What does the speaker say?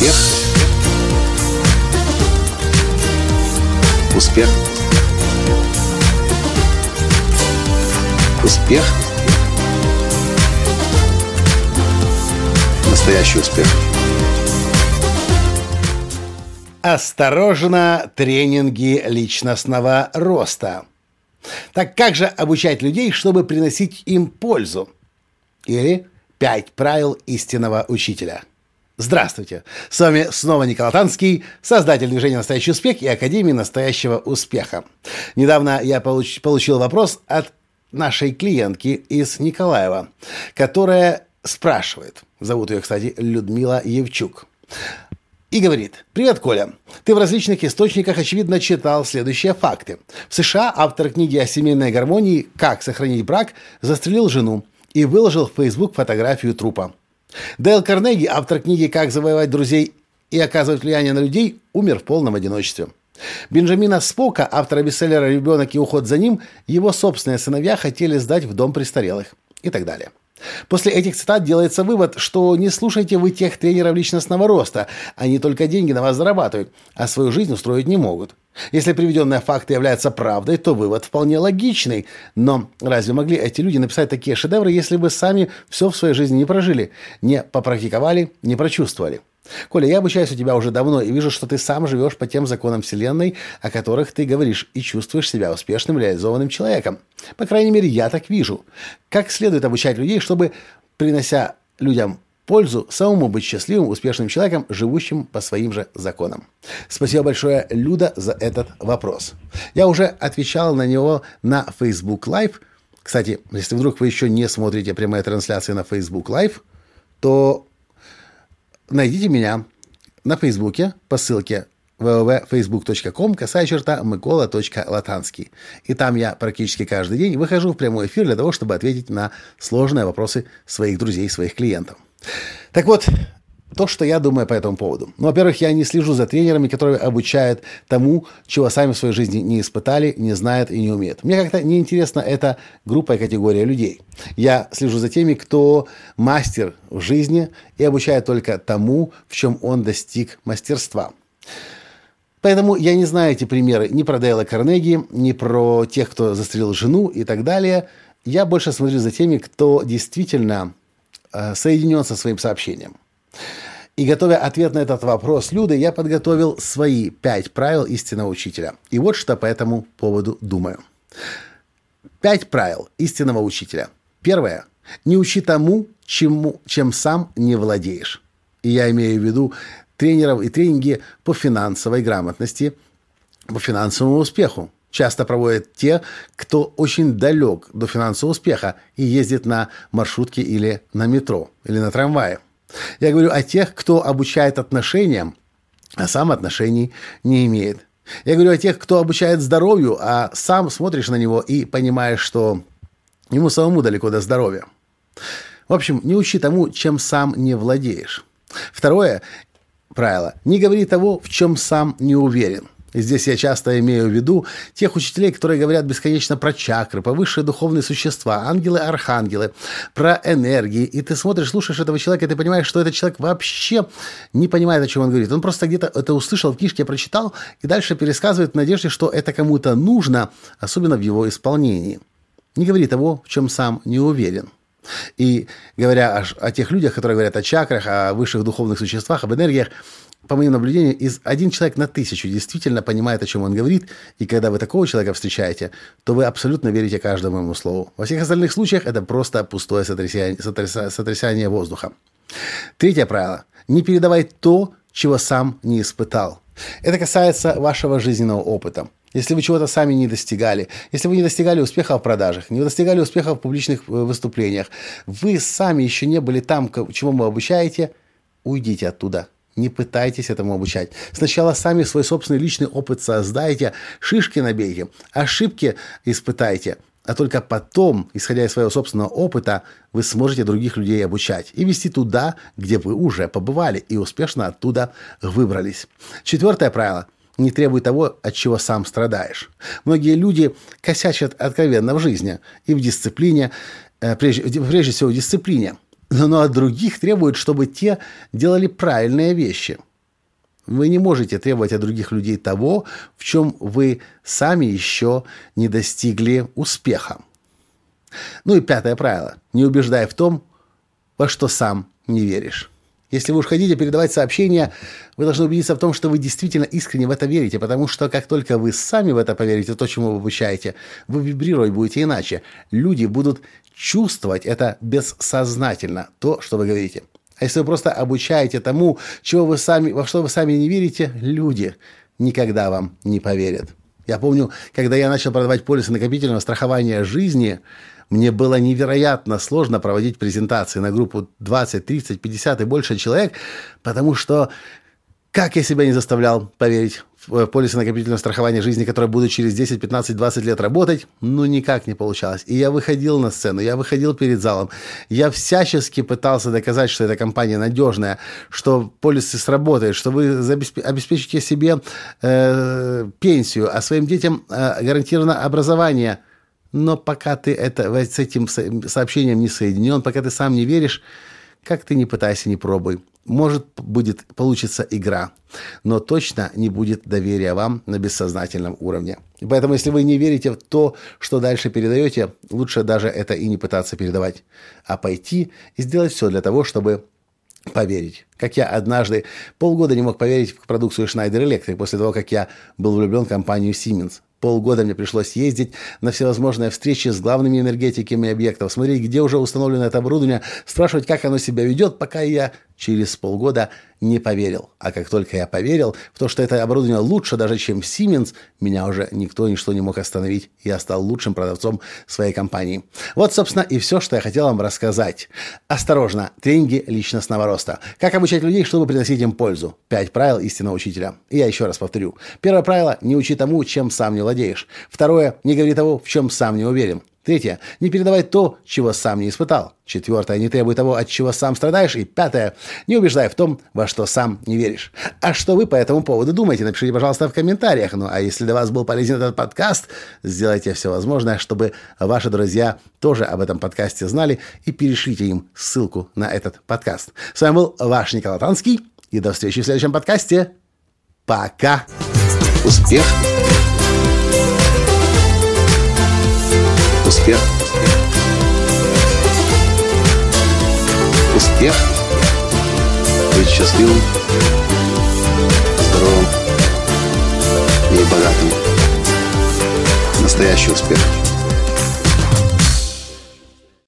Успех. Успех. Успех. Настоящий успех. Осторожно, тренинги личностного роста. Так как же обучать людей, чтобы приносить им пользу? Или 5 правил истинного учителя. Здравствуйте! С вами снова Николай Латанский, создатель движения «Настоящий успех» и Академии настоящего успеха. Недавно я получил вопрос от нашей клиентки из Николаева, которая спрашивает, зовут ее, кстати, Людмила Евчук, и говорит: «Привет, Коля. Ты в различных источниках, очевидно, читал следующие факты. В США автор книги о семейной гармонии «Как сохранить брак» застрелил жену и выложил в Facebook фотографию трупа. Дейл Карнеги, автор книги «Как завоевать друзей и оказывать влияние на людей», умер в полном одиночестве. Бенджамина Спока, автора бестселлера «Ребенок и уход за ним», его собственные сыновья хотели сдать в дом престарелых» и так далее. После этих цитат делается вывод, что не слушайте вы тех тренеров личностного роста. Они только деньги на вас зарабатывают, а свою жизнь устроить не могут. Если приведенные факты являются правдой, то вывод вполне логичный. Но разве могли эти люди написать такие шедевры, если бы сами все в своей жизни не прожили, не попрактиковали, не прочувствовали? Коля, я обучаюсь у тебя уже давно и вижу, что ты сам живешь по тем законам Вселенной, о которых ты говоришь, и чувствуешь себя успешным, реализованным человеком. По крайней мере, я так вижу. Как следует обучать людей, чтобы, принося людям пользу, самому быть счастливым, успешным человеком, живущим по своим же законам? Спасибо большое, Люда, за этот вопрос. Я уже отвечал на него на Facebook Live. Кстати, если вдруг вы еще не смотрите прямые трансляции на Facebook Live, то найдите меня на Фейсбуке по ссылке www.facebook.com/Микола.Латанский. И там я практически каждый день выхожу в прямой эфир для того, чтобы ответить на сложные вопросы своих друзей, своих клиентов. Так вот, то, что я думаю по этому поводу. Ну, во-первых, я не слежу за тренерами, которые обучают тому, чего сами в своей жизни не испытали, не знают и не умеют. Мне как-то неинтересна эта группа и категория людей. Я слежу за теми, кто мастер в жизни и обучает только тому, в чем он достиг мастерства. Поэтому я не знаю эти примеры ни про Дейла Карнеги, ни про тех, кто застрелил жену и так далее. Я больше смотрю за теми, кто действительно соединен со своим сообщением. И готовя ответ на этот вопрос Люды, я подготовил свои 5 правил истинного учителя. И вот что по этому поводу думаю. 5 правил истинного учителя. Первое. Не учи тому, чем сам не владеешь. И я имею в виду тренеров и тренинги по финансовой грамотности, по финансовому успеху. Часто проводят те, кто очень далек до финансового успеха и ездит на маршрутке или на метро, или на трамвае. Я говорю о тех, кто обучает отношениям, а сам отношений не имеет. Я говорю о тех, кто обучает здоровью, а сам смотришь на него и понимаешь, что ему самому далеко до здоровья. В общем, не учи тому, чем сам не владеешь. Второе правило. Не говори того, в чем сам не уверен. И здесь я часто имею в виду тех учителей, которые говорят бесконечно про чакры, про высшие духовные существа, ангелы, архангелы, про энергии. И ты смотришь, слушаешь этого человека, и ты понимаешь, что этот человек вообще не понимает, о чем он говорит. Он просто где-то это услышал, в книжке прочитал, и дальше пересказывает в надежде, что это кому-то нужно, особенно в его исполнении. Не говори того, в чем сам не уверен. И говоря о тех людях, которые говорят о чакрах, о высших духовных существах, об энергиях, по моим наблюдениям, один человек на 1000 действительно понимает, о чем он говорит, и когда вы такого человека встречаете, то вы абсолютно верите каждому ему слову. Во всех остальных случаях это просто пустое сотрясание воздуха. Третье правило. Не передавай то, чего сам не испытал. Это касается вашего жизненного опыта. Если вы чего-то сами не достигали, если вы не достигали успеха в продажах, не достигали успеха в публичных выступлениях, вы сами еще не были там, чему вы обучаете, уйдите оттуда. Не пытайтесь этому обучать. Сначала сами свой собственный личный опыт создайте, шишки набейте, ошибки испытайте, а только потом, исходя из своего собственного опыта, вы сможете других людей обучать и вести туда, где вы уже побывали и успешно оттуда выбрались. 4 правило. Не требуй того, от чего сам страдаешь. Многие люди косячат откровенно в жизни и в дисциплине, прежде всего в дисциплине. Но от других требуют, чтобы те делали правильные вещи. Вы не можете требовать от других людей того, в чем вы сами еще не достигли успеха. Ну и 5 правило. Не убеждай в том, во что сам не веришь. Если вы уж хотите передавать сообщения, вы должны убедиться в том, что вы действительно искренне в это верите, потому что как только вы сами в это поверите, то, чему вы обучаете, вы вибрировать будете иначе. Люди будут чувствовать это бессознательно, то, что вы говорите. А если вы просто обучаете тому, во что вы сами не верите, люди никогда вам не поверят. Я помню, когда я начал продавать полисы накопительного страхования жизни, мне было невероятно сложно проводить презентации на группу 20, 30, 50 и больше человек, потому что как я себя не заставлял поверить в полисы накопительного страхования жизни, которые будут через 10, 15, 20 лет работать, никак не получалось. И я выходил на сцену, я выходил перед залом, я всячески пытался доказать, что эта компания надежная, что полисы сработают, что вы обеспечите себе пенсию, а своим детям гарантировано образование. Но пока ты с этим сообщением не соединен, пока ты сам не веришь, как ты не пытайся, не пробуй. Может, получится игра, но точно не будет доверия вам на бессознательном уровне. Поэтому, если вы не верите в то, что дальше передаете, лучше даже это и не пытаться передавать, а пойти и сделать все для того, чтобы поверить. Как я однажды полгода не мог поверить в продукцию Schneider Electric после того, как я был влюблен в компанию Siemens. Полгода мне пришлось ездить на всевозможные встречи с главными энергетиками объектов, смотреть, где уже установлено это оборудование, спрашивать, как оно себя ведет, пока я через полгода не поверил. А как только я поверил в то, что это оборудование лучше даже, чем Siemens, меня уже никто и ничто не мог остановить. Я стал лучшим продавцом своей компании. Вот, собственно, и все, что я хотел вам рассказать. Осторожно, тренинги личностного роста. Как обучать людей, чтобы приносить им пользу. 5 правил истинного учителя. И я еще раз повторю. Первое правило – не учи тому, чем сам не владеешь. Второе – не говори того, в чем сам не уверен. Третье – не передавай то, чего сам не испытал. Четвертое – не требуй того, от чего сам страдаешь. И пятое – не убеждай в том, во что сам не веришь. А что вы по этому поводу думаете? Напишите, пожалуйста, в комментариях. Ну, а если для вас был полезен этот подкаст, сделайте все возможное, чтобы ваши друзья тоже об этом подкасте знали, и перешлите им ссылку на этот подкаст. С вами был ваш Николай Танский, и до встречи в следующем подкасте. Пока! Успех! Успех. Успех. Быть счастливым, здоровым и богатым. Настоящий успех.